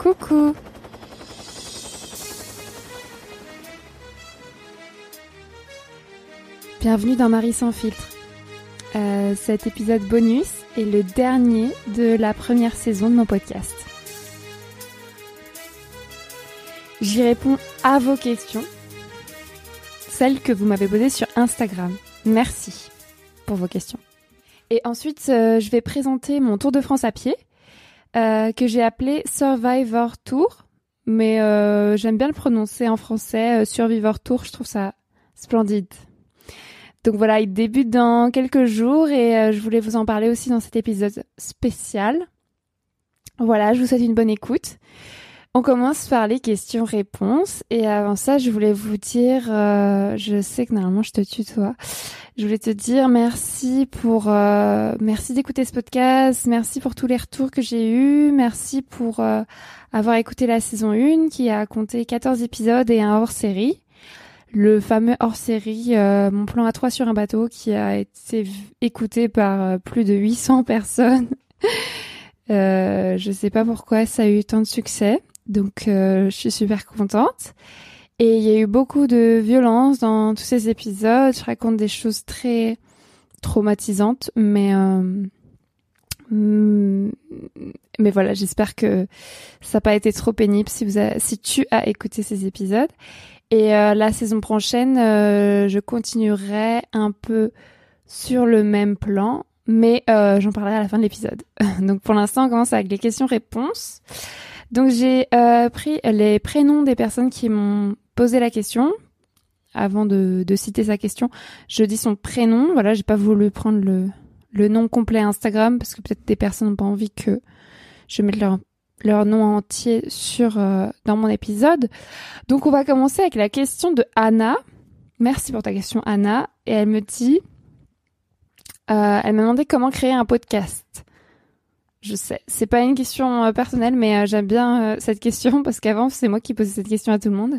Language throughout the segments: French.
Coucou. Bienvenue dans Marie sans filtre. Cet épisode bonus est le dernier de la première saison de mon podcast. J'y réponds à vos questions, celles que vous m'avez posées sur Instagram. Merci pour vos questions. Et ensuite, je vais présenter mon Tour de France à pied, que j'ai appelé Survivor Tour, mais j'aime bien le prononcer en français, Survivor Tour, je trouve ça splendide. Donc voilà, il débute dans quelques jours et je voulais vous en parler aussi dans cet épisode spécial. Voilà, je vous souhaite une bonne écoute. On commence par les questions-réponses et avant ça, je voulais vous dire, je sais que normalement je te tutoie, je voulais te dire merci d'écouter ce podcast, merci pour tous les retours que j'ai eus, merci pour avoir écouté la saison 1 qui a compté 14 épisodes et un hors-série. Le fameux hors-série Mon plan à 3 sur un bateau qui a été écouté par plus de 800 personnes. Je sais pas pourquoi ça a eu tant de succès, donc je suis super contente. Et il y a eu beaucoup de violence dans tous ces épisodes. Je raconte des choses très traumatisantes, mais voilà, j'espère que ça n'a pas été trop pénible si tu as écouté ces épisodes. Et la saison prochaine, je continuerai un peu sur le même plan, mais j'en parlerai à la fin de l'épisode. Donc pour l'instant, on commence avec les questions-réponses. Donc j'ai pris les prénoms des personnes qui m'ont posé la question. Avant de citer sa question, je dis son prénom. Voilà, j'ai pas voulu prendre le nom complet Instagram parce que peut-être des personnes n'ont pas envie que je mette leur nom entier dans mon épisode. Donc on va commencer avec la question de Anna. Merci pour ta question Anna. Et elle me dit, elle m'a demandé comment créer un podcast. Je sais, c'est pas une question personnelle, mais j'aime bien cette question parce qu'avant c'est moi qui posais cette question à tout le monde.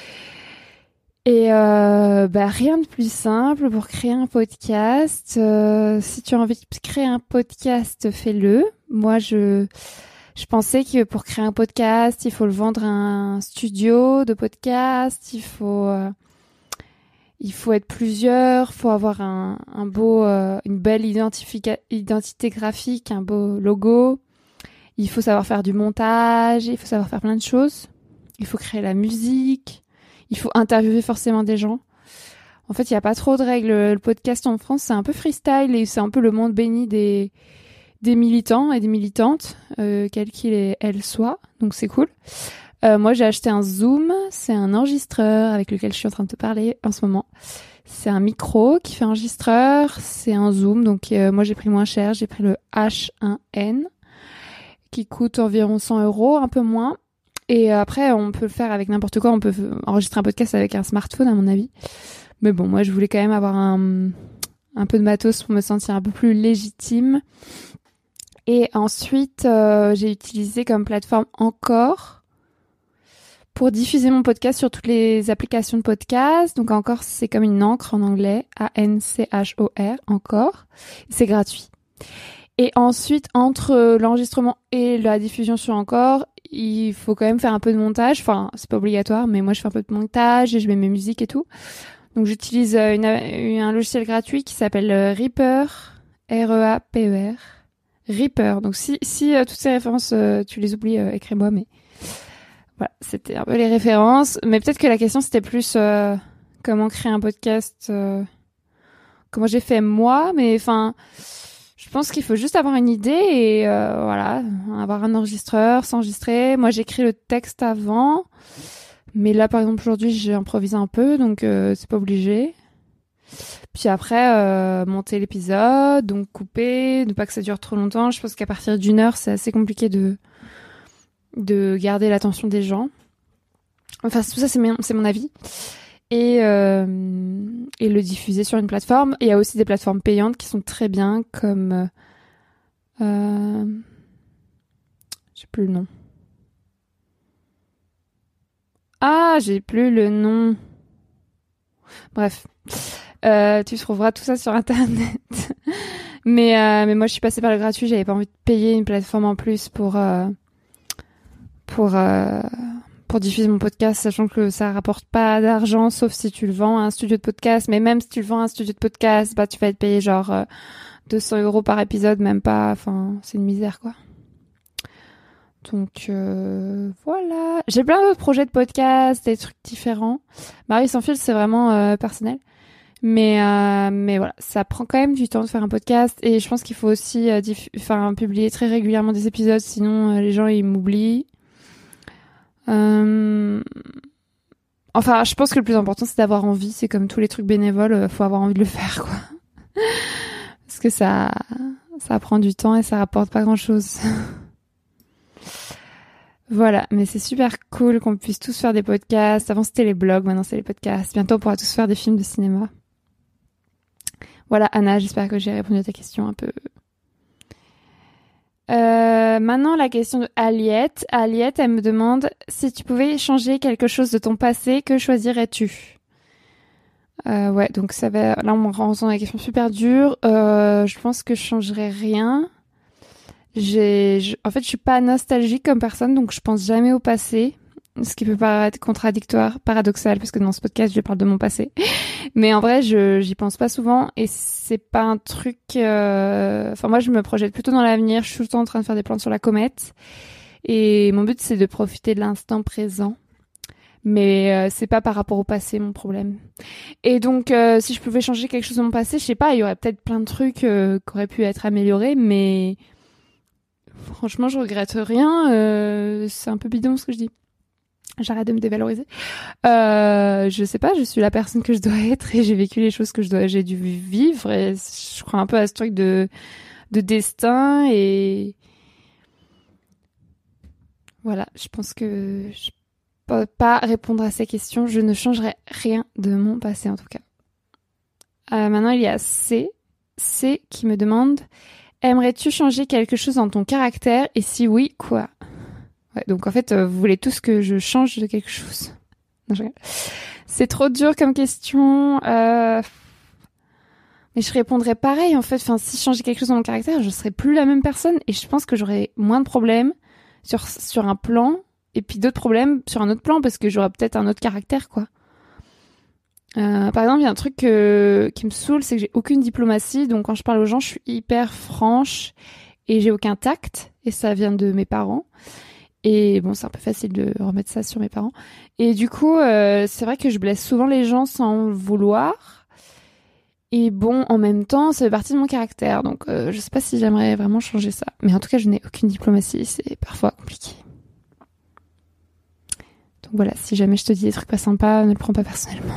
Et rien de plus simple pour créer un podcast. Si tu as envie de créer un podcast, fais-le. Moi je pensais que pour créer un podcast, il faut le vendre à un studio de podcast, il faut être plusieurs, faut avoir une belle identité graphique, un beau logo. Il faut savoir faire du montage, il faut savoir faire plein de choses. Il faut créer la musique, il faut interviewer forcément des gens. En fait, il n'y a pas trop de règles. Le podcast en France, c'est un peu freestyle et c'est un peu le monde béni des militants et des militantes, quels qu'ils et elles soient, donc c'est cool. Moi j'ai acheté un Zoom, c'est un enregistreur avec lequel je suis en train de te parler en ce moment. C'est un micro qui fait enregistreur, c'est un Zoom, donc moi j'ai pris moins cher, j'ai pris le H1N qui coûte environ 100 €, un peu moins. Et après on peut le faire avec n'importe quoi, on peut enregistrer un podcast avec un smartphone à mon avis. Mais bon, moi je voulais quand même avoir un peu de matos pour me sentir un peu plus légitime. Et ensuite, j'ai utilisé comme plateforme Anchor pour diffuser mon podcast sur toutes les applications de podcast. Donc Anchor, c'est comme une encre en anglais, A-N-C-H-O-R, Anchor. C'est gratuit. Et ensuite, entre l'enregistrement et la diffusion sur Anchor, il faut quand même faire un peu de montage. Enfin, c'est pas obligatoire, mais moi je fais un peu de montage et je mets mes musiques et tout. Donc j'utilise un logiciel gratuit qui s'appelle Reaper, R-E-A-P-E-R. Reaper. Donc si toutes ces références tu les oublies, écris-moi, mais voilà, c'était un peu les références. Mais peut-être que la question c'était plus comment créer un podcast, comment j'ai fait moi, mais enfin je pense qu'il faut juste avoir une idée et voilà, avoir un enregistreur, s'enregistrer. Moi j'écris le texte avant, mais là par exemple aujourd'hui j'ai improvisé un peu, donc c'est pas obligé. Puis après, monter l'épisode, donc couper, ne pas que ça dure trop longtemps. Je pense qu'à partir d'1 heure, c'est assez compliqué de garder l'attention des gens. Enfin, tout ça, c'est mon avis. Et le diffuser sur une plateforme. Et il y a aussi des plateformes payantes qui sont très bien, comme... j'ai plus le nom. Ah, j'ai plus le nom. Bref. Tu trouveras tout ça sur Internet. mais moi, je suis passée par le gratuit. J'avais pas envie de payer une plateforme en plus pour pour diffuser mon podcast, sachant que ça rapporte pas d'argent, sauf si tu le vends à un studio de podcast. Mais même si tu le vends à un studio de podcast, bah tu vas être payé genre 200 € par épisode, même pas. Enfin, c'est une misère, quoi. Donc voilà. J'ai plein d'autres projets de podcast, des trucs différents. Marie sans fil, c'est vraiment personnel. Mais voilà, ça prend quand même du temps de faire un podcast et je pense qu'il faut aussi publier très régulièrement des épisodes, sinon les gens ils m'oublient. Enfin, je pense que le plus important c'est d'avoir envie. C'est comme tous les trucs bénévoles, faut avoir envie de le faire, quoi. Parce que ça prend du temps et ça rapporte pas grand-chose. Voilà, mais c'est super cool qu'on puisse tous faire des podcasts. Avant c'était les blogs, maintenant c'est les podcasts. Bientôt on pourra tous faire des films de cinéma. Voilà, Anna, j'espère que j'ai répondu à ta question un peu. Maintenant, la question de Aliette. Aliette, elle me demande si tu pouvais changer quelque chose de ton passé, que choisirais-tu? Ouais, donc ça va. Là, on me rend dans des questions super dures. Je pense que je changerais rien. En fait, je suis pas nostalgique comme personne, donc je pense jamais au passé. Ce qui peut paraître paradoxal, parce que dans ce podcast, je parle de mon passé. Mais en vrai, j'y pense pas souvent et c'est pas un truc... Enfin, moi, je me projette plutôt dans l'avenir. Je suis tout le temps en train de faire des plans sur la comète. Et mon but, c'est de profiter de l'instant présent. Mais c'est pas par rapport au passé, mon problème. Et donc, si je pouvais changer quelque chose de mon passé, je sais pas, il y aurait peut-être plein de trucs qui auraient pu être améliorés, mais... Franchement, je regrette rien. C'est un peu bidon ce que je dis. J'arrête de me dévaloriser. Je sais pas, je suis la personne que je dois être et j'ai vécu les choses que j'ai dû vivre et je crois un peu à ce truc de destin et voilà, je pense que je peux pas répondre à ces questions. Je ne changerai rien de mon passé en tout cas. Maintenant, il y a C qui me demande: aimerais-tu changer quelque chose dans ton caractère et si oui, quoi? Ouais, donc en fait, vous voulez tous que je change de quelque chose. Non, je rigole. C'est trop dur comme question. Mais je répondrais pareil en fait. Enfin, si je changeais quelque chose dans mon caractère, je serais plus la même personne et je pense que j'aurais moins de problèmes sur un plan et puis d'autres problèmes sur un autre plan parce que j'aurais peut-être un autre caractère, quoi. Par exemple, il y a un truc qui me saoule, c'est que j'ai aucune diplomatie. Donc quand je parle aux gens, je suis hyper franche et j'ai aucun tact et ça vient de mes parents. Et bon, c'est un peu facile de remettre ça sur mes parents. Et du coup, c'est vrai que je blesse souvent les gens sans le vouloir. Et bon, en même temps, ça fait partie de mon caractère. Donc, je sais pas si j'aimerais vraiment changer ça. Mais en tout cas, je n'ai aucune diplomatie. C'est parfois compliqué. Donc voilà, si jamais je te dis des trucs pas sympas, ne le prends pas personnellement.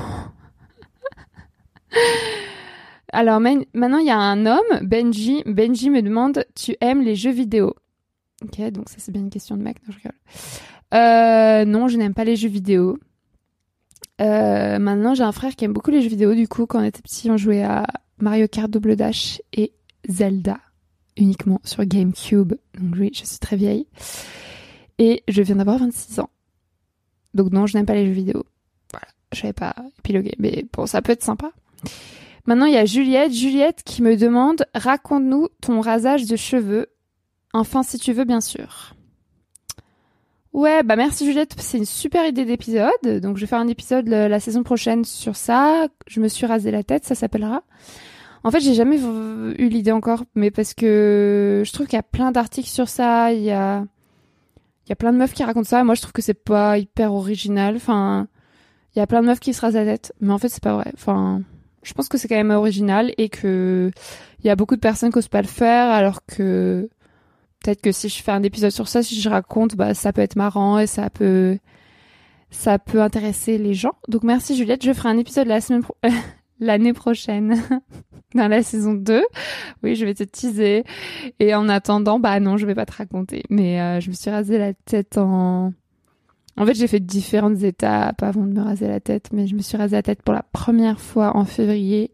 Alors, maintenant, il y a un homme, Benji. Benji me demande, tu aimes les jeux vidéo? Ok, donc ça c'est bien une question de mec, non, je rigole. Non, je n'aime pas les jeux vidéo. Maintenant, j'ai un frère qui aime beaucoup les jeux vidéo. Du coup, quand on était petit, on jouait à Mario Kart Double Dash et Zelda, uniquement sur GameCube. Donc oui, je suis très vieille. Et je viens d'avoir 26 ans. Donc non, je n'aime pas les jeux vidéo. Voilà, je savais pas épiloguer, mais bon, ça peut être sympa. Maintenant, il y a Juliette. Juliette qui me demande, raconte-nous ton rasage de cheveux. Enfin, si tu veux, bien sûr. Ouais, bah merci Juliette, c'est une super idée d'épisode. Donc je vais faire un épisode la saison prochaine sur ça. Je me suis rasé la tête, ça s'appellera. En fait, j'ai jamais eu l'idée encore, mais parce que je trouve qu'il y a plein d'articles sur ça. Il y a plein de meufs qui racontent ça. Moi, je trouve que c'est pas hyper original. Enfin, il y a plein de meufs qui se rasent la tête, mais en fait, c'est pas vrai. Enfin, je pense que c'est quand même original et que il y a beaucoup de personnes qui osent pas le faire, alors que peut-être que si je fais un épisode sur ça, si je raconte, bah ça peut être marrant et ça peut intéresser les gens. Donc merci Juliette, je ferai un épisode l'année prochaine dans la saison 2. Oui, je vais te teaser. Et en attendant, bah non, je vais pas te raconter. Mais je me suis rasé la tête en fait, j'ai fait différentes étapes avant de me raser la tête, mais je me suis rasé la tête pour la première fois en février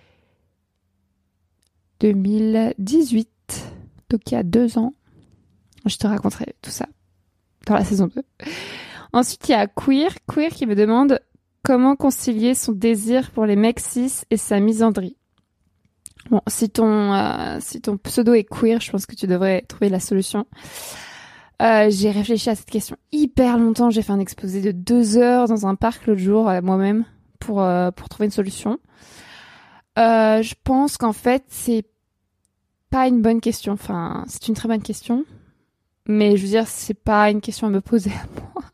2018. Donc il y a 2 ans. Je te raconterai tout ça dans la saison 2. Ensuite, il y a Queer qui me demande comment concilier son désir pour les mecs cis et sa misandrie. Bon, si ton pseudo est Queer, je pense que tu devrais trouver la solution. J'ai réfléchi à cette question hyper longtemps. J'ai fait un exposé de 2 heures dans un parc l'autre jour, moi-même, pour trouver une solution. Je pense qu'en fait, c'est pas une bonne question. Enfin, c'est une très bonne question. Mais je veux dire, c'est pas une question à me poser à moi.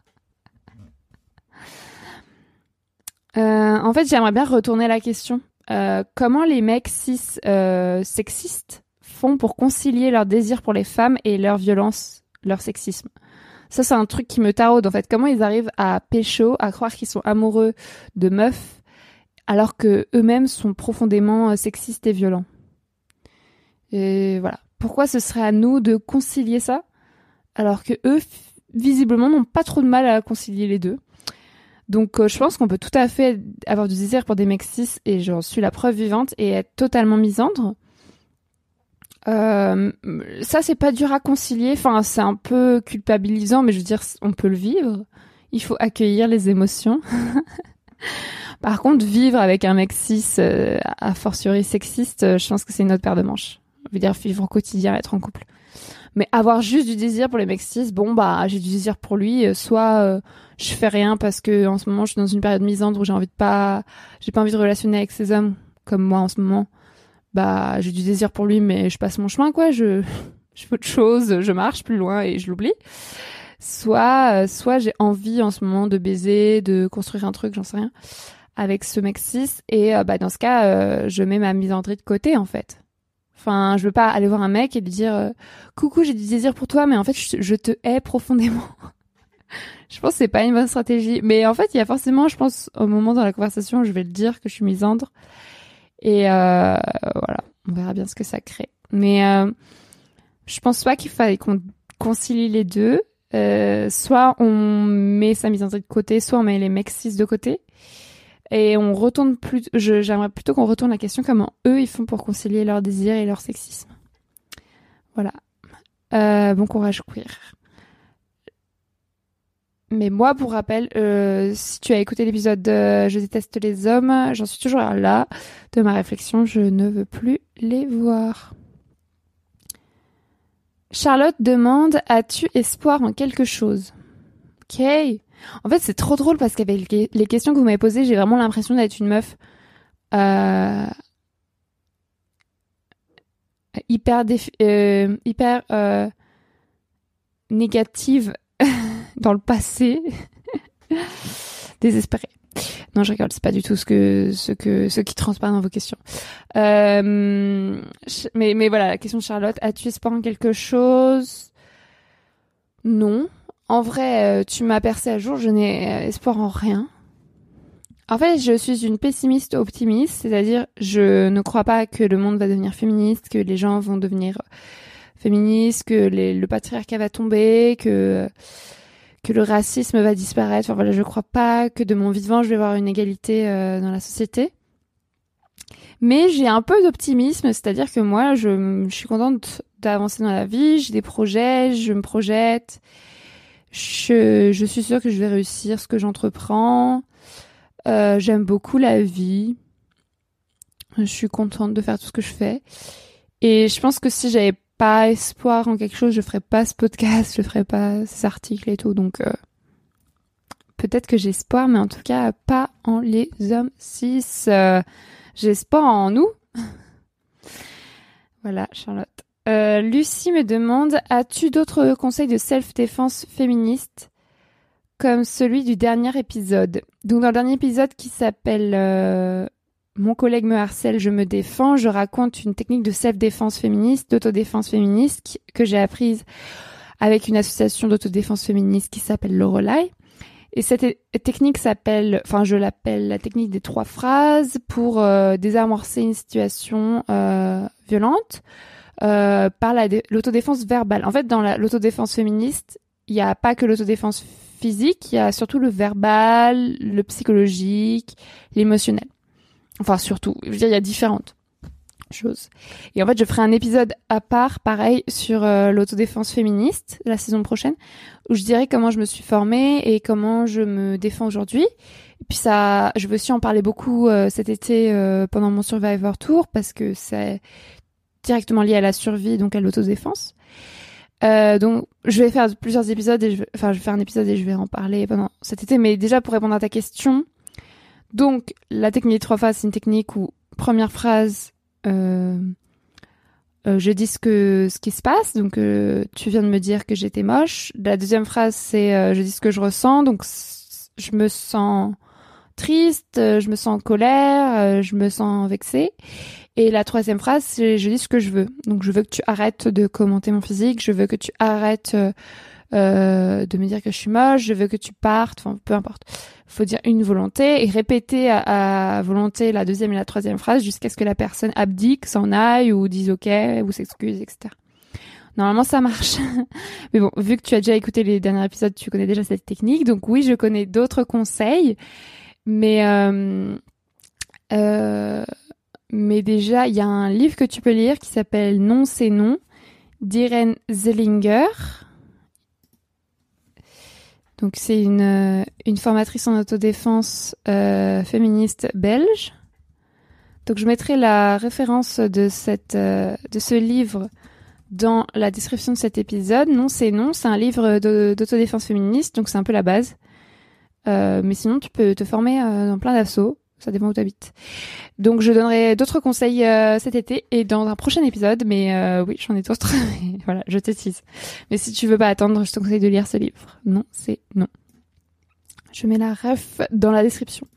En fait, j'aimerais bien retourner la question. Comment les mecs cis sexistes font pour concilier leur désir pour les femmes et leur violence, leur sexisme? Ça, c'est un truc qui me taraude, en fait. Comment ils arrivent à pécho, à croire qu'ils sont amoureux de meufs, alors que eux-mêmes sont profondément sexistes et violents? Et voilà. Pourquoi ce serait à nous de concilier ça, alors que eux, visiblement, n'ont pas trop de mal à concilier les deux? Donc, je pense qu'on peut tout à fait avoir du désir pour des mecs cis, et j'en suis la preuve vivante, et être totalement misandre. Ça, c'est pas dur à concilier. Enfin, c'est un peu culpabilisant, mais je veux dire, on peut le vivre. Il faut accueillir les émotions. Par contre, vivre avec un mec cis, a fortiori sexiste, je pense que c'est une autre paire de manches. Je veux dire, vivre au quotidien, être en couple. Mais avoir juste du désir pour les mecs cis, bon, bah, j'ai du désir pour lui. Soit je fais rien parce que en ce moment, je suis dans une période misandre où j'ai pas envie de relationner avec ces hommes comme moi en ce moment. Bah, j'ai du désir pour lui, mais je passe mon chemin, quoi. Je fais autre chose, je marche plus loin et je l'oublie. Soit j'ai envie en ce moment de baiser, de construire un truc, j'en sais rien, avec ce mec cis. Et bah, dans ce cas, je mets ma misandrie de côté, en fait. Enfin, je veux pas aller voir un mec et lui dire coucou, j'ai du désir pour toi, mais en fait, je te hais profondément. Je pense que c'est pas une bonne stratégie. Mais en fait, il y a forcément, je pense, au moment dans la conversation, je vais le dire que je suis misandre. Et voilà, on verra bien ce que ça crée. Mais je pense pas qu'il fallait qu'on concilie les deux. Soit on met sa misandrie de côté, soit on met les mecs cis de côté. Et on retourne j'aimerais plutôt qu'on retourne la question comment eux ils font pour concilier leur désir et leur sexisme. Voilà. Bon courage queer. Mais moi, pour rappel, si tu as écouté l'épisode de Je déteste les hommes, j'en suis toujours là. De ma réflexion, je ne veux plus les voir. Charlotte demande, as-tu espoir en quelque chose? Ok. En fait, c'est trop drôle parce qu'avec les questions que vous m'avez posées, j'ai vraiment l'impression d'être une meuf hyper négative dans le passé. Désespérée. Non, je rigole, c'est pas du tout ce qui transparaît dans vos questions. Mais voilà, la question de Charlotte, as-tu espoir en quelque chose? Non. En vrai, tu m'as percé à jour, je n'ai espoir en rien. En fait, je suis une pessimiste optimiste, c'est-à-dire je ne crois pas que le monde va devenir féministe, que les gens vont devenir féministes, que le patriarcat va tomber, que le racisme va disparaître. Enfin voilà, je crois pas que de mon vivant je vais avoir une égalité dans la société. Mais j'ai un peu d'optimisme, c'est-à-dire que moi, je suis contente d'avancer dans la vie, j'ai des projets, je me projette. Je suis sûre que je vais réussir ce que j'entreprends. J'aime beaucoup la vie. Je suis contente de faire tout ce que je fais. Et je pense que si j'avais pas espoir en quelque chose, je ferais pas ce podcast, je ferais pas ces articles et tout. Donc peut-être que j'ai espoir, mais en tout cas pas en les hommes cis. J'ai espoir en nous. Voilà, Charlotte. Lucie me demande, as-tu d'autres conseils de self-défense féministe comme celui du dernier épisode? Donc dans le dernier épisode qui s'appelle Mon collègue me harcèle, je me défends, je raconte une technique de self-défense féministe, d'autodéfense féministe que j'ai apprise avec une association d'autodéfense féministe qui s'appelle Lorelai. Et cette technique je l'appelle la technique des 3 phrases pour désamorcer une situation violente. Par l'autodéfense verbale. En fait, dans l'autodéfense féministe, il n'y a pas que l'autodéfense physique, il y a surtout le verbal, le psychologique, l'émotionnel. Enfin, surtout. Je veux dire, il y a différentes choses. Et en fait, je ferai un épisode à part, pareil, sur l'autodéfense féministe, la saison prochaine, où je dirai comment je me suis formée et comment je me défends aujourd'hui. Et puis ça, je veux aussi en parler beaucoup cet été pendant mon Survivor Tour, parce que c'est directement lié à la survie, donc à l'autodéfense. Donc, je vais faire plusieurs épisodes je vais faire un épisode et je vais en parler pendant cet été. Mais déjà, pour répondre à ta question, donc, la technique des 3 phases, c'est une technique où, première phrase, je dis ce qui se passe. Donc, tu viens de me dire que j'étais moche. La deuxième phrase, c'est je dis ce que je ressens. Donc, je me sens triste, je me sens en colère, je me sens vexée. Et la troisième phrase, c'est je dis ce que je veux. Donc, je veux que tu arrêtes de commenter mon physique. Je veux que tu arrêtes de me dire que je suis moche. Je veux que tu partes. Enfin, peu importe. Faut dire une volonté et répéter à volonté la deuxième et la troisième phrase jusqu'à ce que la personne abdique, s'en aille ou dise OK ou s'excuse, etc. Normalement, ça marche. Mais bon, vu que tu as déjà écouté les derniers épisodes, tu connais déjà cette technique. Donc oui, je connais d'autres conseils. Mais déjà, il y a un livre que tu peux lire qui s'appelle Non, c'est non, d'Irène Zellinger. Donc, c'est une formatrice en autodéfense féministe belge. Donc, je mettrai la référence de ce livre dans la description de cet épisode. Non, c'est non, c'est un livre d'autodéfense féministe, donc c'est un peu la base. Mais sinon, tu peux te former dans plein d'assos. Ça dépend où tu habites. Donc, je donnerai d'autres conseils cet été et dans un prochain épisode. Mais oui, j'en ai d'autres. Voilà, je te tease. Mais si tu veux pas attendre, je te conseille de lire ce livre. Non, c'est non. Je mets la ref dans la description.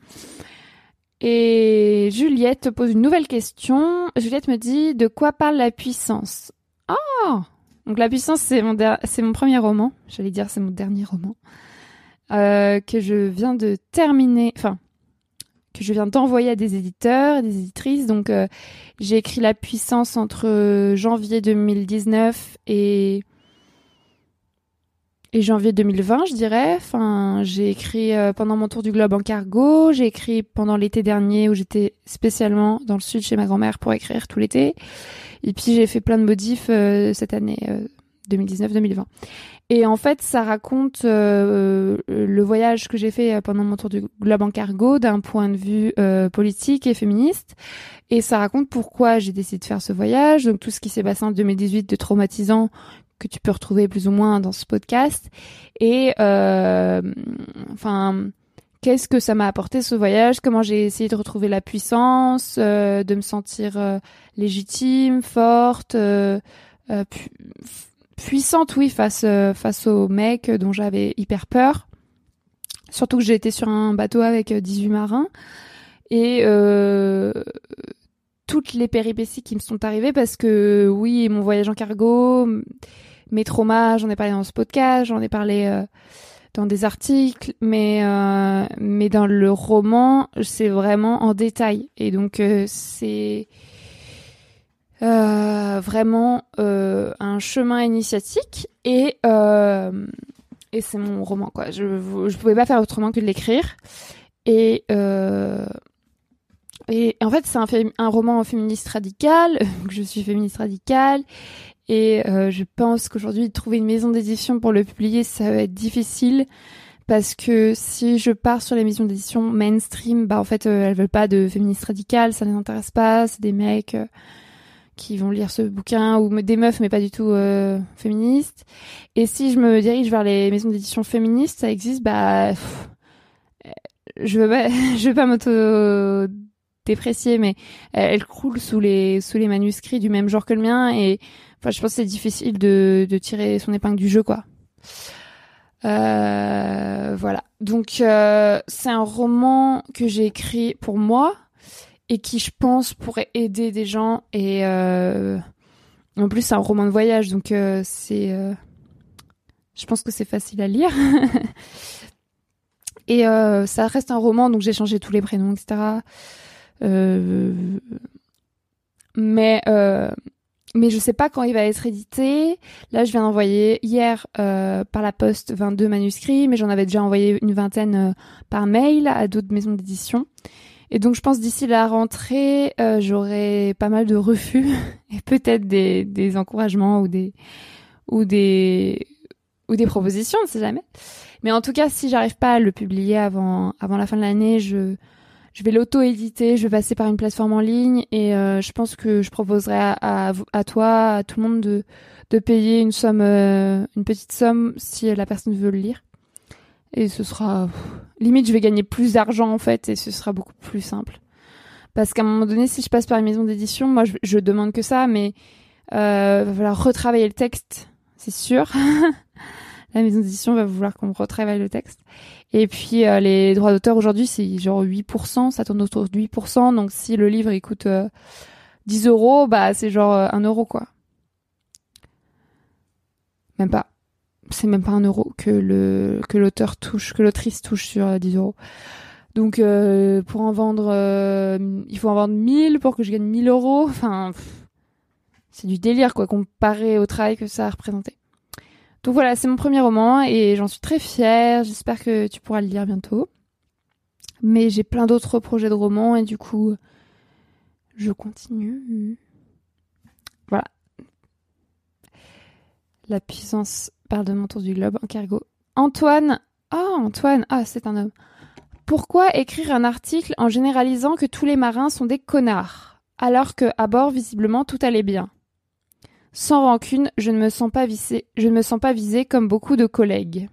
Et Juliette te pose une nouvelle question. Juliette me dit, de quoi parle la puissance? Oh! Donc, la puissance, c'est mon premier roman. J'allais dire, c'est mon dernier roman. Que je viens de terminer, que je viens d'envoyer à des éditeurs et des éditrices. Donc, j'ai écrit La Puissance entre janvier 2019 et janvier 2020, je dirais. Enfin, j'ai écrit pendant mon tour du globe en cargo. J'ai écrit pendant l'été dernier où j'étais spécialement dans le sud chez ma grand-mère pour écrire tout l'été. Et puis, j'ai fait plein de modifs cette année 2019-2020. Et en fait, ça raconte le voyage que j'ai fait pendant mon tour du globe en cargo d'un point de vue politique et féministe. Et ça raconte pourquoi j'ai décidé de faire ce voyage, donc tout ce qui s'est passé en 2018 de traumatisant que tu peux retrouver plus ou moins dans ce podcast. Et qu'est-ce que ça m'a apporté ce voyage, comment j'ai essayé de retrouver la puissance, de me sentir légitime, forte, puissante, oui, face au mec dont j'avais hyper peur. Surtout que j'ai été sur un bateau avec 18 marins. Et toutes les péripéties qui me sont arrivées parce que, oui, mon voyage en cargo, mes traumas, j'en ai parlé dans ce podcast, j'en ai parlé dans des articles, mais dans le roman, c'est vraiment en détail. Et donc, c'est... vraiment un chemin initiatique et c'est mon roman, quoi. Je pouvais pas faire autrement que de l'écrire et en fait c'est un roman féministe radical. Je suis féministe radicale et je pense qu'aujourd'hui trouver une maison d'édition pour le publier ça va être difficile parce que si je pars sur les maisons d'édition mainstream, bah en fait elles veulent pas de féministes radicales, ça les intéresse pas, c'est des mecs qui vont lire ce bouquin ou des meufs mais pas du tout féministes. Et si je me dirige vers les maisons d'édition féministes, ça existe, bah je veux pas m'auto déprécier, mais elles croulent sous les manuscrits du même genre que le mien et enfin je pense que c'est difficile de tirer son épingle du jeu, quoi. Voilà. Donc c'est un roman que j'ai écrit pour moi et qui, je pense, pourrait aider des gens. Et en plus, c'est un roman de voyage, donc je pense que c'est facile à lire. Et ça reste un roman, donc j'ai changé tous les prénoms, etc. Mais je sais pas quand il va être édité. Là, je viens d'envoyer hier par la poste 22 manuscrits, mais j'en avais déjà envoyé une vingtaine par mail à d'autres maisons d'édition. Et donc, je pense d'ici la rentrée, j'aurai pas mal de refus et peut-être des encouragements ou des propositions, on ne sait jamais. Mais en tout cas, si j'arrive pas à le publier avant la fin de l'année, je vais l'auto-éditer, je vais passer par une plateforme en ligne et je pense que je proposerai à toi, à tout le monde de payer une somme, une petite somme si la personne veut le lire. Et ce sera limite, je vais gagner plus d'argent en fait et ce sera beaucoup plus simple. Parce qu'à un moment donné, si je passe par une maison d'édition, moi je demande que ça, mais va falloir retravailler le texte, c'est sûr. La maison d'édition va vouloir qu'on retravaille le texte. Et puis les droits d'auteur aujourd'hui, c'est genre 8%, ça tourne autour de 8%. Donc si le livre il coûte 10 euros, bah c'est genre 1 euro quoi. Même pas. C'est même pas 1 euro que l'auteur touche, que l'autrice touche sur 10 euros. Donc pour en vendre, il faut en vendre 1000 pour que je gagne 1000 euros. Enfin, c'est du délire quoi, comparé au travail que ça a représenté. Donc voilà, c'est mon premier roman et j'en suis très fière. J'espère que tu pourras le lire bientôt. Mais j'ai plein d'autres projets de romans et du coup, je continue. Voilà. La puissance parle de mon tour du globe en cargo. Antoine, c'est un homme. Pourquoi écrire un article en généralisant que tous les marins sont des connards, alors que à bord visiblement tout allait bien? Sans rancune, je ne me sens pas visée comme beaucoup de collègues.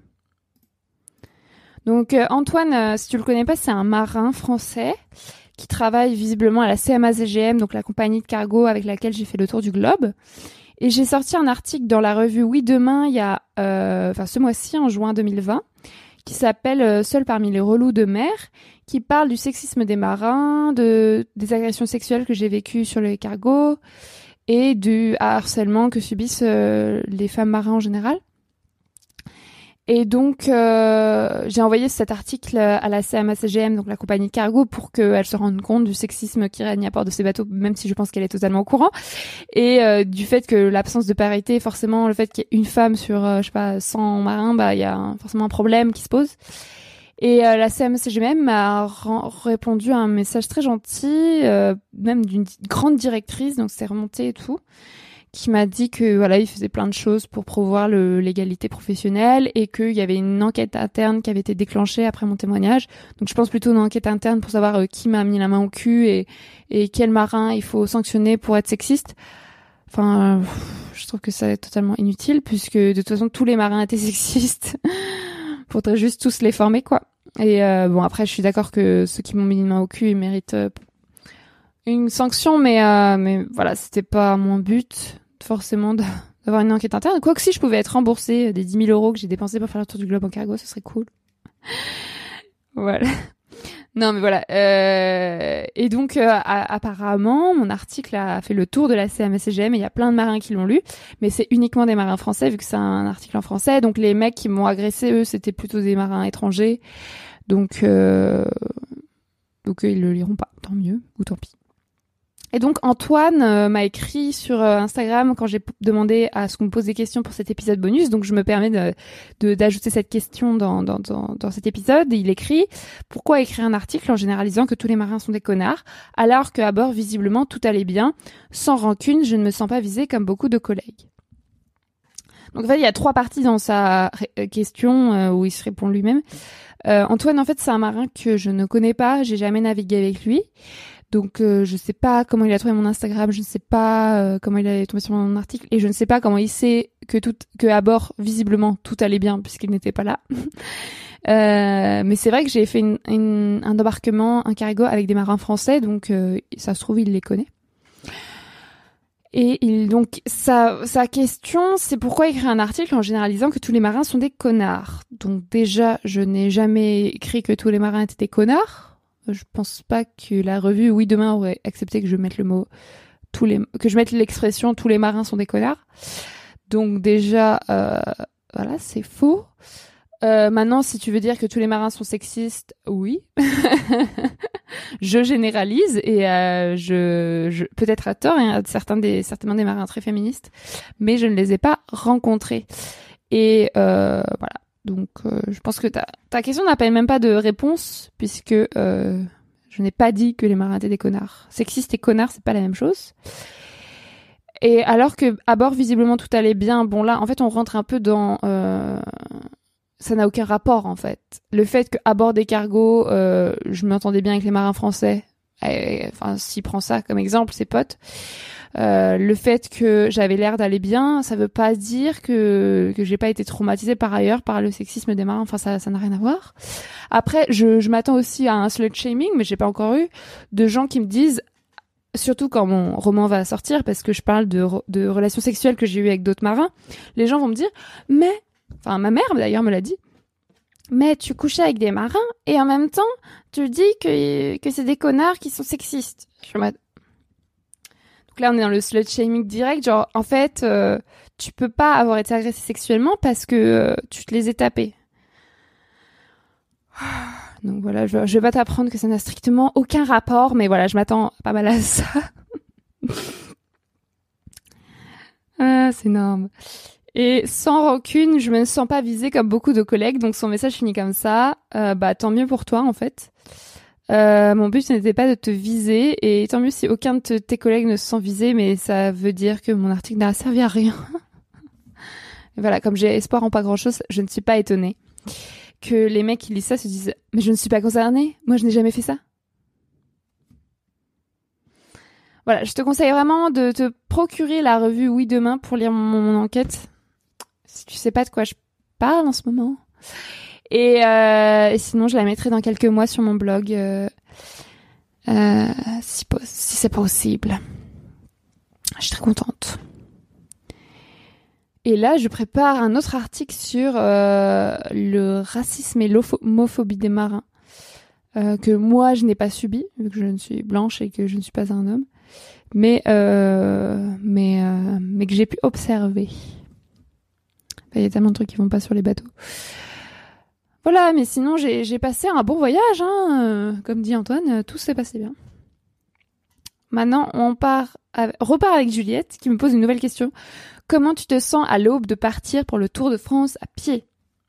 Donc Antoine, si tu le connais pas, c'est un marin français qui travaille visiblement à la CMA-CGM, donc la compagnie de cargo avec laquelle j'ai fait le tour du globe. Et j'ai sorti un article dans la revue Oui Demain il y a, ce mois-ci, en juin 2020, qui s'appelle Seul parmi les relous de mer, qui parle du sexisme des marins, des agressions sexuelles que j'ai vécues sur les cargos et du harcèlement que subissent les femmes marins en général. Et donc, j'ai envoyé cet article à la CMA-CGM, donc la compagnie de cargo, pour qu'elle se rende compte du sexisme qui règne à bord de ces bateaux, même si je pense qu'elle est totalement au courant. Et du fait que l'absence de parité, forcément, le fait qu'il y ait une femme sur, 100 marins, bah, il y a forcément un problème qui se pose. Et la CMA-CGM m'a répondu à un message très gentil, même d'une grande directrice, donc c'est remonté et tout, qui m'a dit que voilà, il faisait plein de choses pour promouvoir l'égalité professionnelle et qu'il y avait une enquête interne qui avait été déclenchée après mon témoignage. Donc je pense plutôt une enquête interne pour savoir qui m'a mis la main au cul et quel marin il faut sanctionner pour être sexiste. Enfin, je trouve que ça est totalement inutile puisque de toute façon tous les marins étaient sexistes. Faudrait juste tous les former quoi. Et bon après je suis d'accord que ceux qui m'ont mis une main au cul ils méritent une sanction, mais voilà, c'était pas mon but forcément d'avoir une enquête interne. Quoique si je pouvais être remboursée des 10 000 euros que j'ai dépensés pour faire le tour du globe en cargo, ce serait cool. Voilà. Non, mais voilà. Et donc, apparemment, mon article a fait le tour de la CMA-CGM et il y a plein de marins qui l'ont lu, mais c'est uniquement des marins français vu que c'est un article en français. Donc, les mecs qui m'ont agressé, eux, c'était plutôt des marins étrangers. Donc ils le liront pas. Tant mieux ou tant pis. Et donc Antoine m'a écrit sur Instagram quand j'ai demandé à ce qu'on me pose des questions pour cet épisode bonus. Donc je me permets d'ajouter cette question dans cet épisode. Et il écrit: pourquoi écrire un article en généralisant que tous les marins sont des connards, alors qu'à bord visiblement tout allait bien? Sans rancune, je ne me sens pas visée comme beaucoup de collègues. Donc en fait il y a 3 parties dans sa question où il se répond lui-même. Antoine en fait c'est un marin que je ne connais pas, j'ai jamais navigué avec lui. Donc je sais pas comment il a trouvé mon Instagram, je ne sais pas comment il est tombé sur mon article et je ne sais pas comment il sait que à bord visiblement tout allait bien puisqu'il n'était pas là. Mais c'est vrai que j'ai fait un embarquement, un cargo avec des marins français, donc ça se trouve il les connaît. Et donc sa question c'est pourquoi écrire un article en généralisant que tous les marins sont des connards. Donc déjà je n'ai jamais écrit que tous les marins étaient des connards. Je pense pas que la revue Oui Demain aurait accepté que je mette que je mette l'expression tous les marins sont des connards. Donc déjà, voilà, c'est faux. Maintenant, si tu veux dire que tous les marins sont sexistes, oui. Je généralise et je peut-être à tort, il y a certainement des marins très féministes, mais je ne les ai pas rencontrés. Et voilà. Donc, je pense que ta question n'appelle même pas de réponse, puisque je n'ai pas dit que les marins étaient des connards. Sexistes et connards, c'est pas la même chose. Et alors que à bord, visiblement, tout allait bien. Bon, là, en fait, on rentre un peu dans ça n'a aucun rapport en fait. Le fait qu'à bord des cargos, je m'entendais bien avec les marins français. Enfin, s'il prend ça comme exemple, ses potes. Le fait que j'avais l'air d'aller bien, ça veut pas dire que j'ai pas été traumatisée par ailleurs par le sexisme des marins. Enfin, ça n'a rien à voir. Après, je m'attends aussi à un slut shaming, mais j'ai pas encore eu de gens qui me disent, surtout quand mon roman va sortir, parce que je parle de relations sexuelles que j'ai eues avec d'autres marins, les gens vont me dire, mais, enfin, ma mère d'ailleurs me l'a dit, mais tu couchais avec des marins et en même temps, tu dis que c'est des connards qui sont sexistes. Je suis en mode... Donc là, on est dans le slut shaming direct. Genre, en fait, tu peux pas avoir été agressé sexuellement parce que tu te les ai tapés. Donc voilà, je vais pas t'apprendre que ça n'a strictement aucun rapport, mais voilà, je m'attends pas mal à ça. Ah, c'est énorme. Et sans rancune, je me sens pas visée comme beaucoup de collègues, donc son message finit comme ça. Bah tant mieux pour toi en fait. Mon but n'était pas de te viser, et tant mieux si aucun de tes collègues ne se sent visé, mais ça veut dire que mon article n'a servi à rien. Et voilà, comme j'ai espoir en pas grand-chose, je ne suis pas étonnée que les mecs qui lisent ça se disent « Mais je ne suis pas concernée, moi je n'ai jamais fait ça ». Voilà, je te conseille vraiment de te procurer la revue Oui Demain pour lire mon enquête. Si tu sais pas de quoi je parle en ce moment. Et sinon, je la mettrai dans quelques mois sur mon blog, si c'est possible. Je suis très contente. Et là, je prépare un autre article sur le racisme et l'homophobie des marins, que moi, je n'ai pas subi, vu que je ne suis blanche et que je ne suis pas un homme, mais que j'ai pu observer. Il y a tellement de trucs qui vont pas sur les bateaux. Voilà, mais sinon, j'ai passé un bon voyage, hein. Comme dit Antoine, tout s'est passé bien. Maintenant, on repart avec Juliette, qui me pose une nouvelle question. Comment tu te sens à l'aube de partir pour le Tour de France à pied ?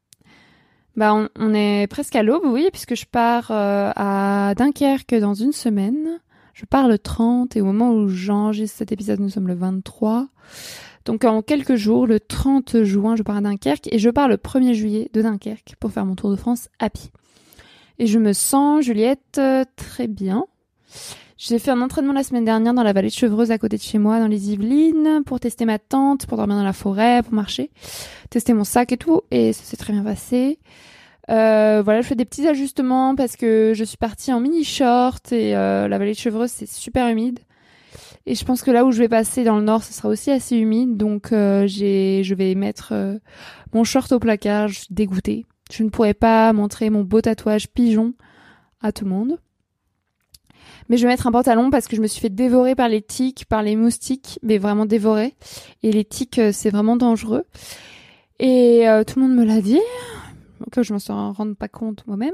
Bah, on est presque à l'aube, oui, puisque je pars à Dunkerque dans une semaine. Je pars le 30, et au moment où j'enregistre cet épisode, nous sommes le 23. Donc en quelques jours, le 30 juin, je pars à Dunkerque, et je pars le 1er juillet de Dunkerque pour faire mon Tour de France à pied. Et je me sens, Juliette, très bien. J'ai fait un entraînement la semaine dernière dans la vallée de Chevreuse à côté de chez moi, dans les Yvelines, pour tester ma tente, pour dormir dans la forêt, pour marcher, tester mon sac et tout, et ça s'est très bien passé. Voilà, je fais des petits ajustements parce que je suis partie en mini-short et la vallée de Chevreuse, c'est super humide. Et je pense que là où je vais passer dans le nord, ce sera aussi assez humide, donc je vais mettre mon short au placard. Je suis dégoûtée. Je ne pourrais pas montrer mon beau tatouage pigeon à tout le monde. Mais je vais mettre un pantalon parce que je me suis fait dévorer par les tiques, par les moustiques, mais vraiment dévorer. Et les tiques, c'est vraiment dangereux. Et tout le monde me l'a dit, que je m'en suis rendu pas compte moi-même.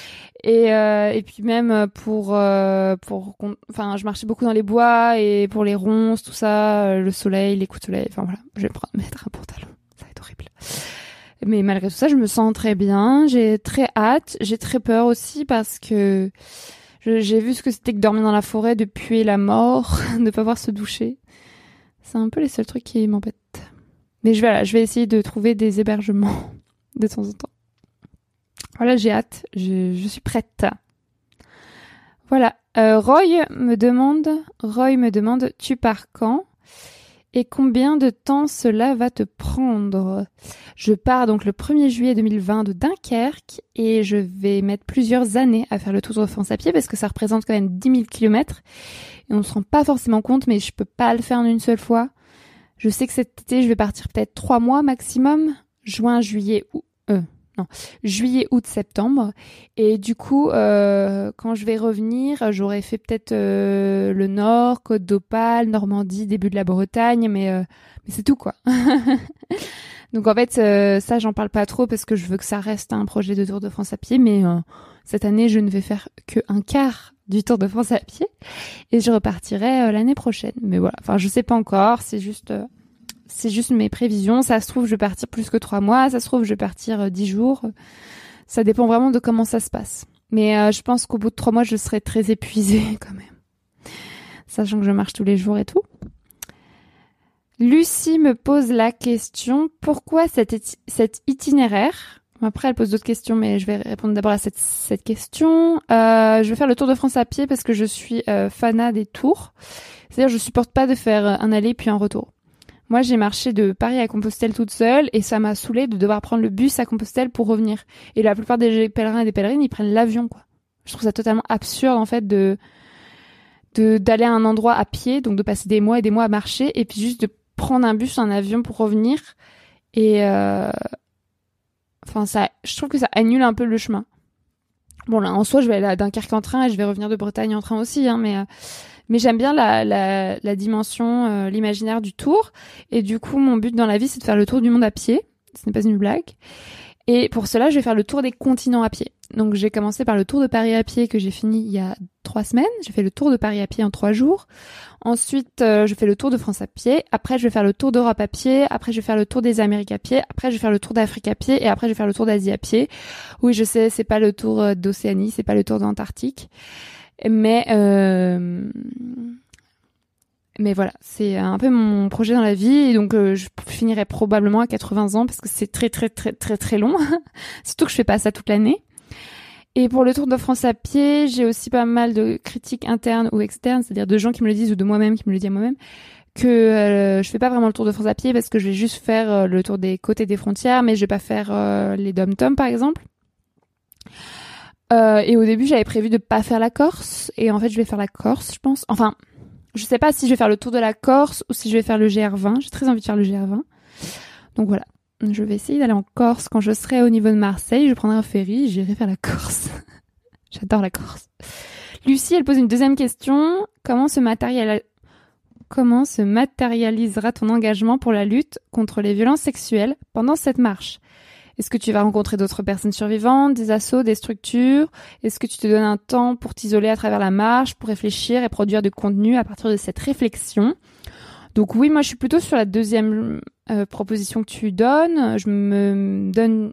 Et puis même enfin, je marchais beaucoup dans les bois et pour les ronces, tout ça, le soleil, les coups de soleil. Enfin voilà, je vais mettre un pantalon. Ça va être horrible. Mais malgré tout ça, je me sens très bien. J'ai très hâte. J'ai très peur aussi parce que j'ai vu ce que c'était que dormir dans la forêt, de puer la mort, de pas pouvoir se doucher. C'est un peu les seuls trucs qui m'embêtent. Mais je vais essayer de trouver des hébergements de temps en temps. Voilà, j'ai hâte. Je suis prête. Voilà. Roy me demande, tu pars quand ? Et combien de temps cela va te prendre ? Je pars donc le 1er juillet 2020 de Dunkerque et je vais mettre plusieurs années à faire le Tour de France à pied parce que ça représente quand même 10 000 kilomètres et on ne se rend pas forcément compte, mais je peux pas le faire en une seule fois. Je sais que cet été, je vais partir peut-être 3 mois maximum, juillet, août, septembre. Et du coup, quand je vais revenir, j'aurai fait peut-être le Nord, Côte d'Opale, Normandie, début de la Bretagne, mais c'est tout, quoi. Donc en fait, ça, j'en parle pas trop parce que je veux que ça reste un projet de Tour de France à pied, mais cette année, je ne vais faire que un quart du Tour de France à pied et je repartirai l'année prochaine. Mais voilà, enfin, je sais pas encore, c'est juste mes prévisions. Ça se trouve, je vais partir plus que 3 mois. Ça se trouve, je vais partir 10 jours. Ça dépend vraiment de comment ça se passe. Mais je pense qu'au bout de 3 mois, je serai très épuisée quand même. Sachant que je marche tous les jours et tout. Lucie me pose la question, pourquoi cet itinéraire ? Après, elle pose d'autres questions, mais je vais répondre d'abord à cette question. Je vais faire le Tour de France à pied parce que je suis fanat des tours. C'est-à-dire, je supporte pas de faire un aller puis un retour. Moi, j'ai marché de Paris à Compostelle toute seule et ça m'a saoulée de devoir prendre le bus à Compostelle pour revenir. Et la plupart des pèlerins et des pèlerines, ils prennent l'avion, quoi. Je trouve ça totalement absurde, en fait, d'aller à un endroit à pied, donc de passer des mois et des mois à marcher et puis juste de prendre un bus, un avion pour revenir. Et je trouve que ça annule un peu le chemin. Bon, là, en soi, je vais aller à Dunkerque en train et je vais revenir de Bretagne en train aussi, hein, mais j'aime bien la dimension, l'imaginaire du tour. Et du coup, mon but dans la vie, c'est de faire le tour du monde à pied. Ce n'est pas une blague. Et pour cela, je vais faire le tour des continents à pied. Donc, j'ai commencé par le tour de Paris à pied que j'ai fini il y a 3 semaines. J'ai fait le tour de Paris à pied en 3 jours. Ensuite, je fais le tour de France à pied. Après, je vais faire le tour d'Europe à pied. Après, je vais faire le tour des Amériques à pied. Après, je vais faire le tour d'Afrique à pied. Et après, je vais faire le tour d'Asie à pied. Oui, je sais, c'est pas le tour d'Océanie, c'est pas le tour d'Antarctique. Mais voilà, c'est un peu mon projet dans la vie et donc je finirai probablement à 80 ans parce que c'est très très très très très long. Surtout que je fais pas ça toute l'année. Et pour le Tour de France à pied, j'ai aussi pas mal de critiques internes ou externes, c'est-à-dire de gens qui me le disent ou de moi-même qui me le disent à moi-même, que je fais pas vraiment le Tour de France à pied parce que je vais juste faire le tour des côtes et des frontières, mais je vais pas faire les dom-toms par exemple. Et au début, j'avais prévu de pas faire la Corse. Et en fait, je vais faire la Corse, je pense. Enfin, je sais pas si je vais faire le tour de la Corse ou si je vais faire le GR20. J'ai très envie de faire le GR20. Donc voilà. Je vais essayer d'aller en Corse quand je serai au niveau de Marseille. Je prendrai un ferry, j'irai faire la Corse. J'adore la Corse. Lucie, elle pose une deuxième question. Comment se matérialisera ton engagement pour la lutte contre les violences sexuelles pendant cette marche ? Est-ce que tu vas rencontrer d'autres personnes survivantes, des assos, des structures ? Est-ce que tu te donnes un temps pour t'isoler à travers la marche, pour réfléchir et produire du contenu à partir de cette réflexion ? Donc oui, moi je suis plutôt sur la deuxième proposition que tu donnes. Je me donne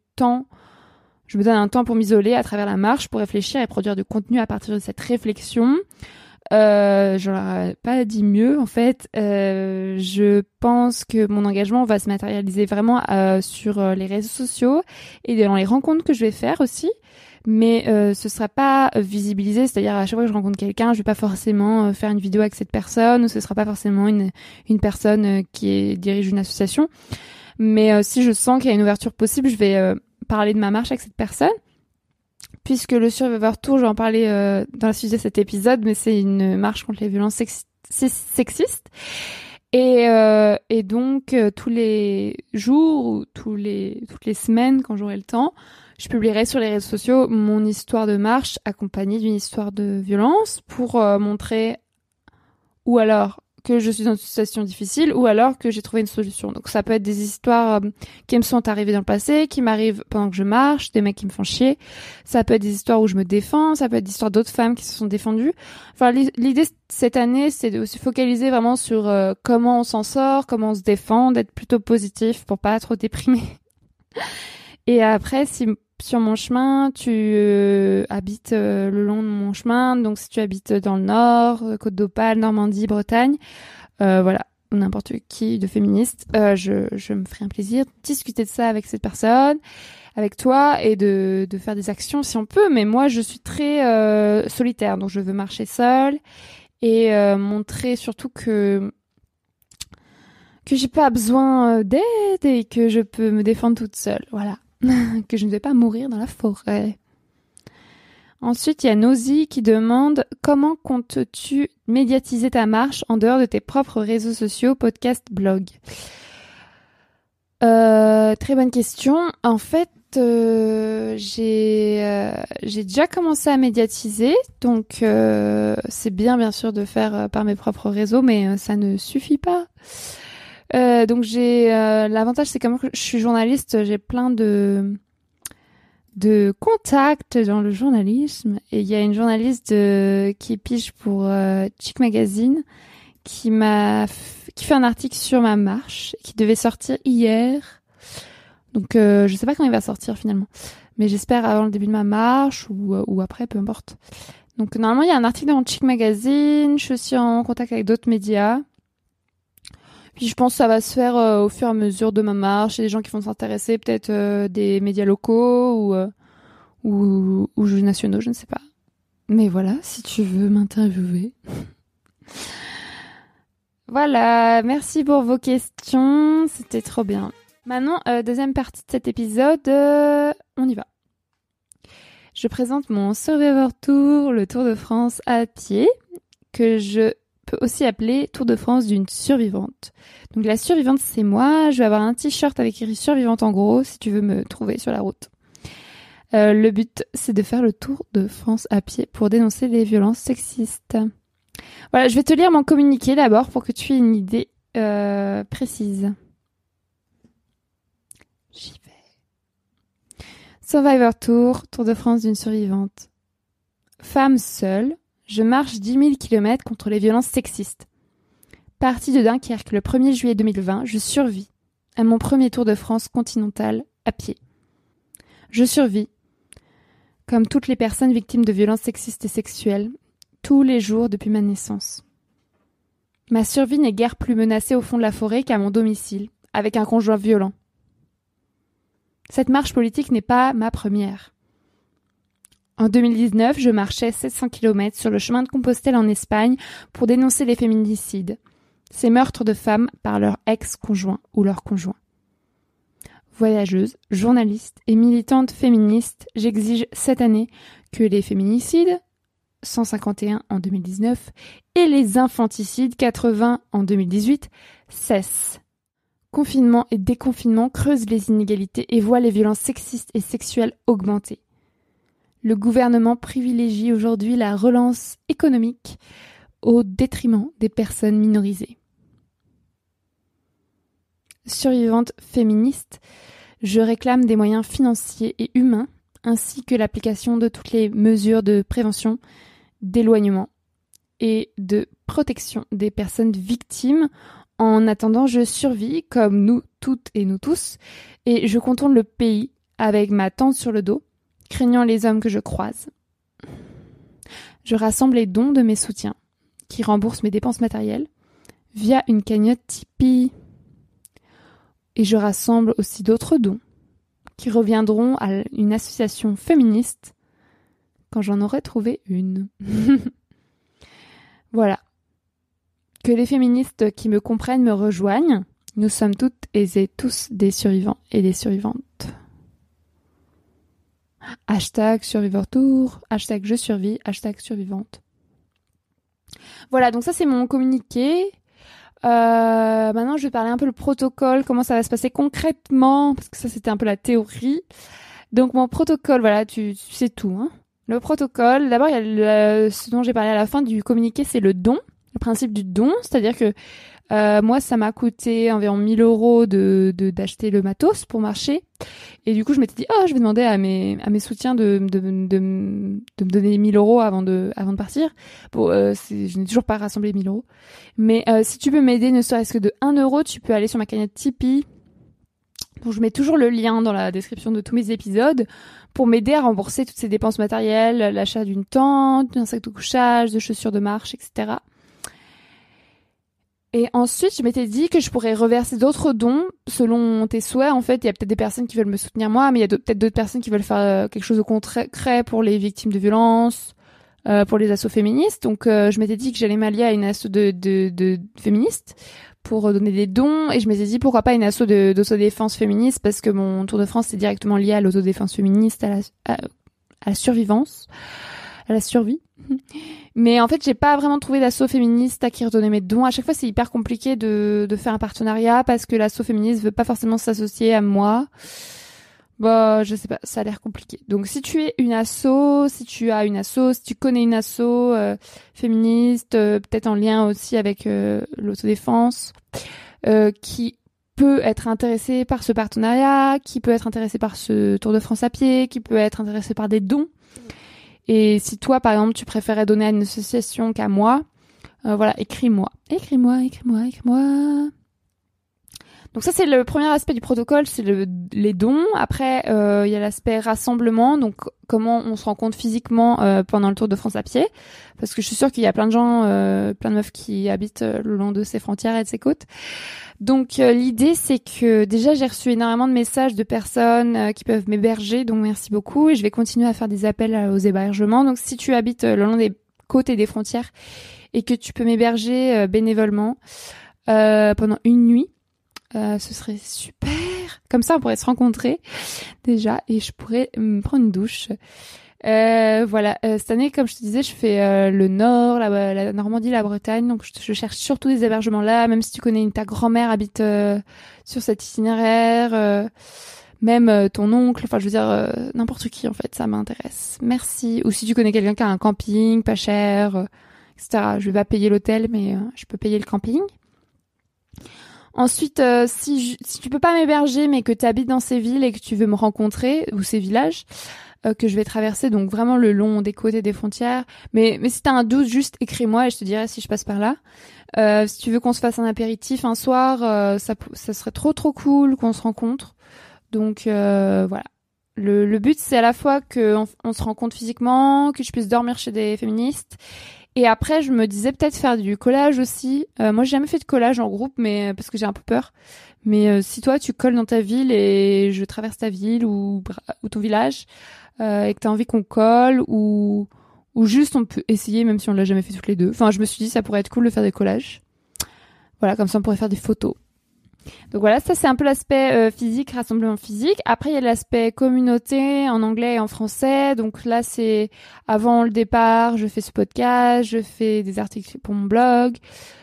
un temps pour m'isoler à travers la marche, pour réfléchir et produire du contenu à partir de cette réflexion. Je l'aurais pas dit mieux en fait. Je pense que mon engagement va se matérialiser vraiment sur les réseaux sociaux et dans les rencontres que je vais faire aussi. Mais ce sera pas visibilisé, c'est-à-dire à chaque fois que je rencontre quelqu'un, je vais pas forcément faire une vidéo avec cette personne, ou ce sera pas forcément une personne qui dirige une association. Mais si je sens qu'il y a une ouverture possible, je vais parler de ma marche avec cette personne. Puisque le Survivor Tour, je vais en parler dans la suite de cet épisode, mais c'est une marche contre les violences sexistes. Et donc, tous les jours ou toutes les semaines, quand j'aurai le temps, je publierai sur les réseaux sociaux mon histoire de marche accompagnée d'une histoire de violence pour montrer ou alors que je suis dans une situation difficile ou alors que j'ai trouvé une solution. Donc ça peut être des histoires qui me sont arrivées dans le passé, qui m'arrivent pendant que je marche, des mecs qui me font chier. Ça peut être des histoires où je me défends, ça peut être des histoires d'autres femmes qui se sont défendues. Enfin, l'idée cette année, c'est de se focaliser vraiment sur comment on s'en sort, comment on se défend, d'être plutôt positif pour pas trop déprimer. Et après, si sur mon chemin, tu habites le long de mon chemin, donc si tu habites dans le nord, Côte d'Opale, Normandie, Bretagne, voilà, n'importe qui de féministe, je me ferai un plaisir de discuter de ça avec cette personne, avec toi, et de faire des actions si on peut. Mais moi, je suis très solitaire, donc je veux marcher seule et montrer surtout que j'ai pas besoin d'aide et que je peux me défendre toute seule, voilà. Que je ne vais pas mourir dans la forêt. Ensuite, il y a Nosy qui demande « Comment comptes-tu médiatiser ta marche en dehors de tes propres réseaux sociaux, podcasts, blogs ?» Très bonne question. En fait, j'ai déjà commencé à médiatiser, donc c'est bien sûr de faire par mes propres réseaux, mais ça ne suffit pas. Donc j'ai l'avantage, c'est comme je suis journaliste, j'ai plein de contacts dans le journalisme, et il y a une journaliste qui pige pour Chic Magazine qui fait un article sur ma marche qui devait sortir hier. Donc je sais pas quand il va sortir finalement, mais j'espère avant le début de ma marche ou après, peu importe. Donc normalement il y a un article dans Chic Magazine. Je suis aussi en contact avec d'autres médias. Puis je pense que ça va se faire au fur et à mesure de ma marche. Il y a des gens qui vont s'intéresser, peut-être des médias locaux ou nationaux, je ne sais pas. Mais voilà, si tu veux m'interviewer. Voilà, merci pour vos questions, c'était trop bien. Maintenant, deuxième partie de cet épisode, on y va. Je présente mon Survivor Tour, le Tour de France à pied, que je peux aussi appeler Tour de France d'une survivante. Donc la survivante, c'est moi. Je vais avoir un t-shirt avec écrit survivante en gros, si tu veux me trouver sur la route. Le but, c'est de faire le Tour de France à pied pour dénoncer les violences sexistes. Voilà, je vais te lire mon communiqué d'abord pour que tu aies une idée précise. J'y vais. Survivor Tour, Tour de France d'une survivante. Femme seule, je marche 10 000 km contre les violences sexistes. Partie de Dunkerque le 1er juillet 2020, je survis à mon premier Tour de France continental à pied. Je survis, comme toutes les personnes victimes de violences sexistes et sexuelles, tous les jours depuis ma naissance. Ma survie n'est guère plus menacée au fond de la forêt qu'à mon domicile, avec un conjoint violent. Cette marche politique n'est pas ma première. En 2019, je marchais 700 km sur le chemin de Compostelle en Espagne pour dénoncer les féminicides, ces meurtres de femmes par leur ex-conjoint ou leur conjoint. Voyageuse, journaliste et militante féministe, j'exige cette année que les féminicides, 151 en 2019, et les infanticides, 80 en 2018, cessent. Confinement et déconfinement creusent les inégalités et voient les violences sexistes et sexuelles augmenter. Le gouvernement privilégie aujourd'hui la relance économique au détriment des personnes minorisées. Survivante féministe, je réclame des moyens financiers et humains ainsi que l'application de toutes les mesures de prévention, d'éloignement et de protection des personnes victimes. En attendant, je survis, comme nous toutes et nous tous, et je contourne le pays avec ma tente sur le dos, craignant les hommes que je croise. Je rassemble les dons de mes soutiens, qui remboursent mes dépenses matérielles, via une cagnotte Tipeee. Et je rassemble aussi d'autres dons, qui reviendront à une association féministe, quand j'en aurai trouvé une. Voilà. Que les féministes qui me comprennent me rejoignent. Nous sommes toutes et tous des survivants et des survivantes. Hashtag Survivor Tour, hashtag je survis, hashtag survivante. Voilà, donc ça c'est mon communiqué. Maintenant je vais parler un peu le protocole, comment ça va se passer concrètement, parce que ça c'était un peu la théorie. Donc mon protocole, voilà, tu sais tout. Hein. Le protocole, d'abord il y a ce dont j'ai parlé à la fin du communiqué, c'est le don. Le principe du don, c'est-à-dire que moi, ça m'a coûté environ 1 000 € d'acheter le matos pour marcher. Et du coup, je m'étais dit, je vais demander à mes soutiens de me donner 1 000 € avant de partir. Bon, je n'ai toujours pas rassemblé 1 000 €. Mais si tu peux m'aider, ne serait-ce que de 1 €, tu peux aller sur ma cagnotte Tipeee. Donc, je mets toujours le lien dans la description de tous mes épisodes pour m'aider à rembourser toutes ces dépenses matérielles, l'achat d'une tente, d'un sac de couchage, de chaussures de marche, etc. Et ensuite, je m'étais dit que je pourrais reverser d'autres dons selon tes souhaits. En fait, il y a peut-être des personnes qui veulent me soutenir moi, mais il y a peut-être d'autres personnes qui veulent faire quelque chose de concret pour les victimes de violences, pour les assos féministes. Donc, je m'étais dit que j'allais m'allier à une asso de féministes pour donner des dons. Et je m'étais dit pourquoi pas une asso d'autodéfense féministe, parce que mon Tour de France c'est directement lié à l'autodéfense féministe, à la survivance, à la survie. Mais en fait, j'ai pas vraiment trouvé d'asso féministe à qui redonner mes dons. À chaque fois, c'est hyper compliqué de faire un partenariat parce que l'asso féministe veut pas forcément s'associer à moi. Bah, je sais pas, ça a l'air compliqué. Donc, si tu es une asso, si tu as une asso, si tu connais une asso féministe, peut-être en lien aussi avec l'autodéfense, qui peut être intéressée par ce partenariat, qui peut être intéressée par ce Tour de France à pied, qui peut être intéressée par des dons. Et si toi, par exemple, tu préférais donner à une association qu'à moi, voilà, écris-moi. Donc ça, c'est le premier aspect du protocole, c'est les dons. Après, il y a l'aspect rassemblement, donc comment on se rencontre physiquement pendant le Tour de France à pied. Parce que je suis sûre qu'il y a plein de gens, plein de meufs qui habitent le long de ses frontières et de ses côtes. Donc l'idée, c'est que déjà, j'ai reçu énormément de messages de personnes qui peuvent m'héberger, donc merci beaucoup. Et je vais continuer à faire des appels aux hébergements. Donc si tu habites le long des côtes et des frontières et que tu peux m'héberger bénévolement pendant une nuit, ce serait super. Comme ça, on pourrait se rencontrer déjà et je pourrais me prendre une douche. Voilà. Cette année, comme je te disais, je fais le Nord, la Normandie, la Bretagne. Donc, je cherche surtout des hébergements là. Même si tu connais ta grand-mère habite sur cet itinéraire, même ton oncle. Enfin, je veux dire, n'importe qui en fait, ça m'intéresse. Merci. Ou si tu connais quelqu'un qui a un camping pas cher, etc. Je vais pas payer l'hôtel, mais je peux payer le camping. Ensuite, si tu peux pas m'héberger, mais que tu habites dans ces villes et que tu veux me rencontrer, ou ces villages, que je vais traverser, donc vraiment le long des côtes et des frontières. Mais si t'as un doute, juste écris-moi et je te dirai si je passe par là. Si tu veux qu'on se fasse un apéritif un soir, ça serait trop cool qu'on se rencontre. Donc voilà. Le but, c'est à la fois qu'on se rencontre physiquement, que je puisse dormir chez des féministes. Et après, je me disais peut-être faire du collage aussi. Moi, j'ai jamais fait de collage en groupe, mais parce que j'ai un peu peur. Mais si toi, tu colles dans ta ville et je traverse ta ville ou ton village et que t'as envie qu'on colle ou juste on peut essayer, même si on l'a jamais fait toutes les deux. Enfin, je me suis dit ça pourrait être cool de faire des collages. Voilà, comme ça on pourrait faire des photos. Donc voilà, ça c'est un peu l'aspect physique, rassemblement physique. Après il y a l'aspect communauté en anglais et en français. Donc là c'est avant le départ, je fais ce podcast, je fais des articles pour mon blog.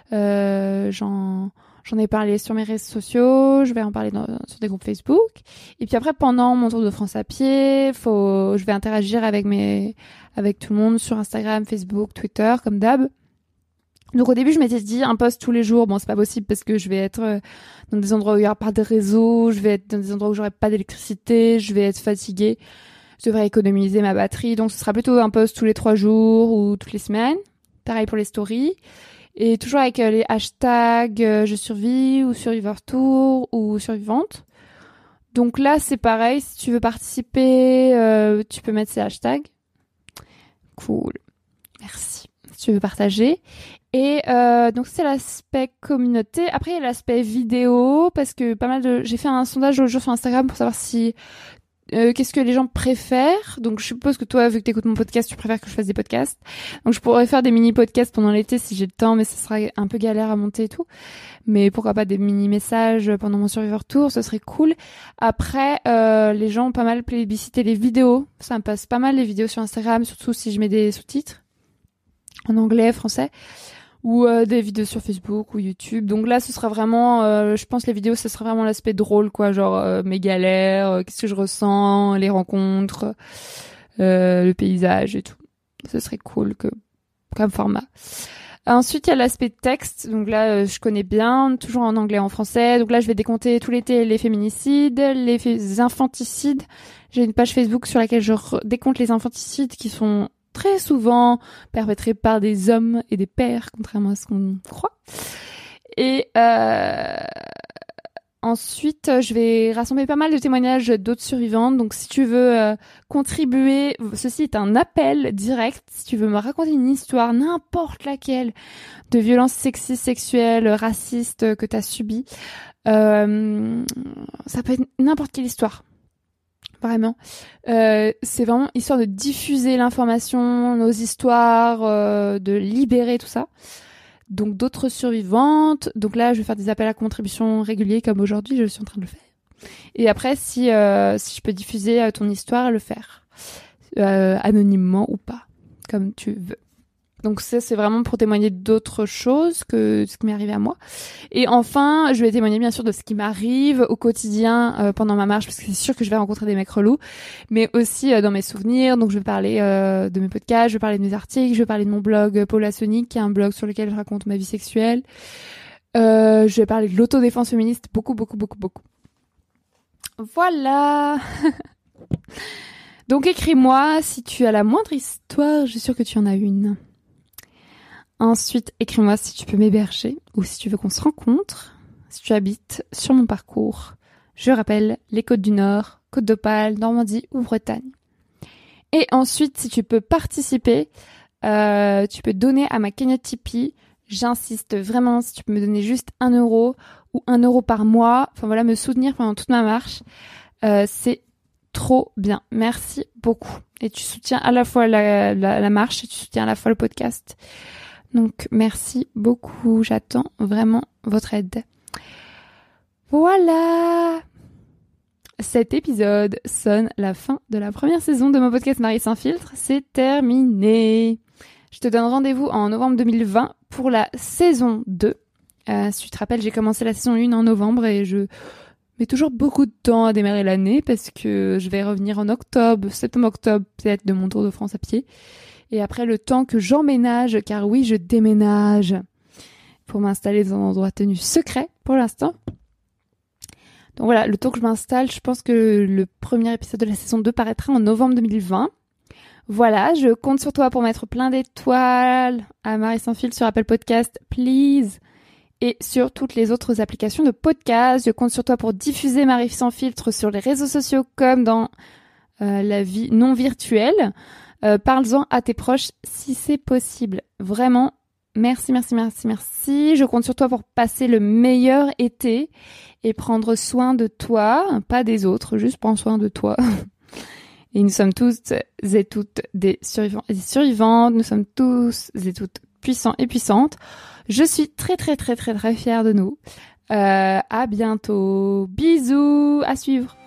J'en ai parlé sur mes réseaux sociaux, je vais en parler sur des groupes Facebook. Et puis après pendant mon Tour de France à pied, je vais interagir avec tout le monde sur Instagram, Facebook, Twitter comme d'hab. Donc au début, je m'étais dit un post tous les jours. Bon, c'est pas possible parce que je vais être dans des endroits où il y aura pas de réseau, je vais être dans des endroits où j'aurai pas d'électricité, je vais être fatiguée. Je devrais économiser ma batterie. Donc ce sera plutôt un post tous les 3 jours ou toutes les semaines. Pareil pour les stories. Et toujours avec les hashtags je survis ou survivor tour ou survivante. Donc là, c'est pareil. Si tu veux participer, tu peux mettre ces hashtags. Cool. Merci. Si tu veux partager. Et donc c'est l'aspect communauté. Après il y a l'aspect vidéo parce que j'ai fait un sondage l'autre jour sur Instagram pour savoir si qu'est-ce que les gens préfèrent. Donc je suppose que toi, vu que t'écoutes mon podcast, tu préfères que je fasse des podcasts. Donc je pourrais faire des mini podcasts pendant l'été si j'ai le temps, mais ce sera un peu galère à monter et tout. Mais pourquoi pas des mini messages pendant mon Survivor Tour, ce serait cool. Après les gens ont pas mal plébiscité les vidéos. Ça me passe pas mal les vidéos sur Instagram, surtout si je mets des sous-titres en anglais, français. Ou des vidéos sur Facebook ou YouTube. Donc là, ce sera vraiment, je pense les vidéos, ce sera vraiment l'aspect drôle, quoi, genre mes galères, qu'est-ce que je ressens, les rencontres, le paysage et tout. Ce serait cool comme format. Ensuite, il y a l'aspect texte. Donc là, je connais bien, toujours en anglais et en français. Donc là, je vais décompter tout l'été les féminicides, les infanticides. J'ai une page Facebook sur laquelle je décompte les infanticides qui sont très souvent perpétrés par des hommes et des pères, contrairement à ce qu'on croit. Et ensuite, je vais rassembler pas mal de témoignages d'autres survivantes. Donc, si tu veux contribuer, ceci est un appel direct. Si tu veux me raconter une histoire, n'importe laquelle, de violence sexiste, sexuelle, raciste que tu as subie, ça peut être n'importe quelle histoire. Vraiment. C'est vraiment histoire de diffuser l'information, nos histoires, de libérer tout ça. Donc d'autres survivantes. Donc là, je vais faire des appels à contribution réguliers comme aujourd'hui, je suis en train de le faire. Et après, si je peux diffuser ton histoire, le faire. Anonymement ou pas, comme tu veux. Donc ça, c'est vraiment pour témoigner d'autres choses que ce qui m'est arrivé à moi. Et enfin, je vais témoigner bien sûr de ce qui m'arrive au quotidien pendant ma marche, parce que c'est sûr que je vais rencontrer des mecs relous, mais aussi dans mes souvenirs. Donc je vais parler de mes podcasts, je vais parler de mes articles, je vais parler de mon blog Paula Sonic, qui est un blog sur lequel je raconte ma vie sexuelle. Je vais parler de l'autodéfense féministe, beaucoup. Voilà. Donc écris-moi si tu as la moindre histoire, je suis sûre que tu en as une. Ensuite, écris-moi si tu peux m'héberger ou si tu veux qu'on se rencontre. si tu habites sur mon parcours. Je rappelle les Côtes du Nord, Côte d'Opale, Normandie ou Bretagne. Et ensuite, si tu peux participer, tu peux donner à ma cagnotte Tipeee. J'insiste vraiment, si tu peux me donner juste 1 euro ou 1 euro par mois, enfin voilà, me soutenir pendant toute ma marche, c'est trop bien. Merci beaucoup. Et tu soutiens à la fois la marche et tu soutiens à la fois le podcast. Donc merci beaucoup. J'attends vraiment votre aide. Voilà. Cet épisode sonne la fin de la première saison de mon podcast Marie sans filtre. C'est terminé. Je te donne rendez-vous en novembre 2020 pour la saison 2. Si tu te rappelles, j'ai commencé la saison 1 en novembre et je mets toujours beaucoup de temps à démarrer l'année parce que je vais revenir en octobre, septembre-octobre peut-être de mon tour de France à pied. Et après le temps que j'emménage, car oui, je déménage pour m'installer dans un endroit tenu secret pour l'instant. Donc voilà, le temps que je m'installe, je pense que le premier épisode de la saison 2 paraîtra en novembre 2020. Voilà, je compte sur toi pour mettre plein d'étoiles à Marie sans filtre sur Apple Podcast, please. Et sur toutes les autres applications de podcast. Je compte sur toi pour diffuser Marie sans filtre sur les réseaux sociaux comme dans la vie non virtuelle. Parle-en à tes proches si c'est possible. Vraiment, merci. Je compte sur toi pour passer le meilleur été et prendre soin de toi, pas des autres, juste prends soin de toi. Et nous sommes tous et toutes des survivants et des survivantes, nous sommes tous et toutes puissants et puissantes. Je suis très fière de nous. À bientôt. Bisous, à suivre.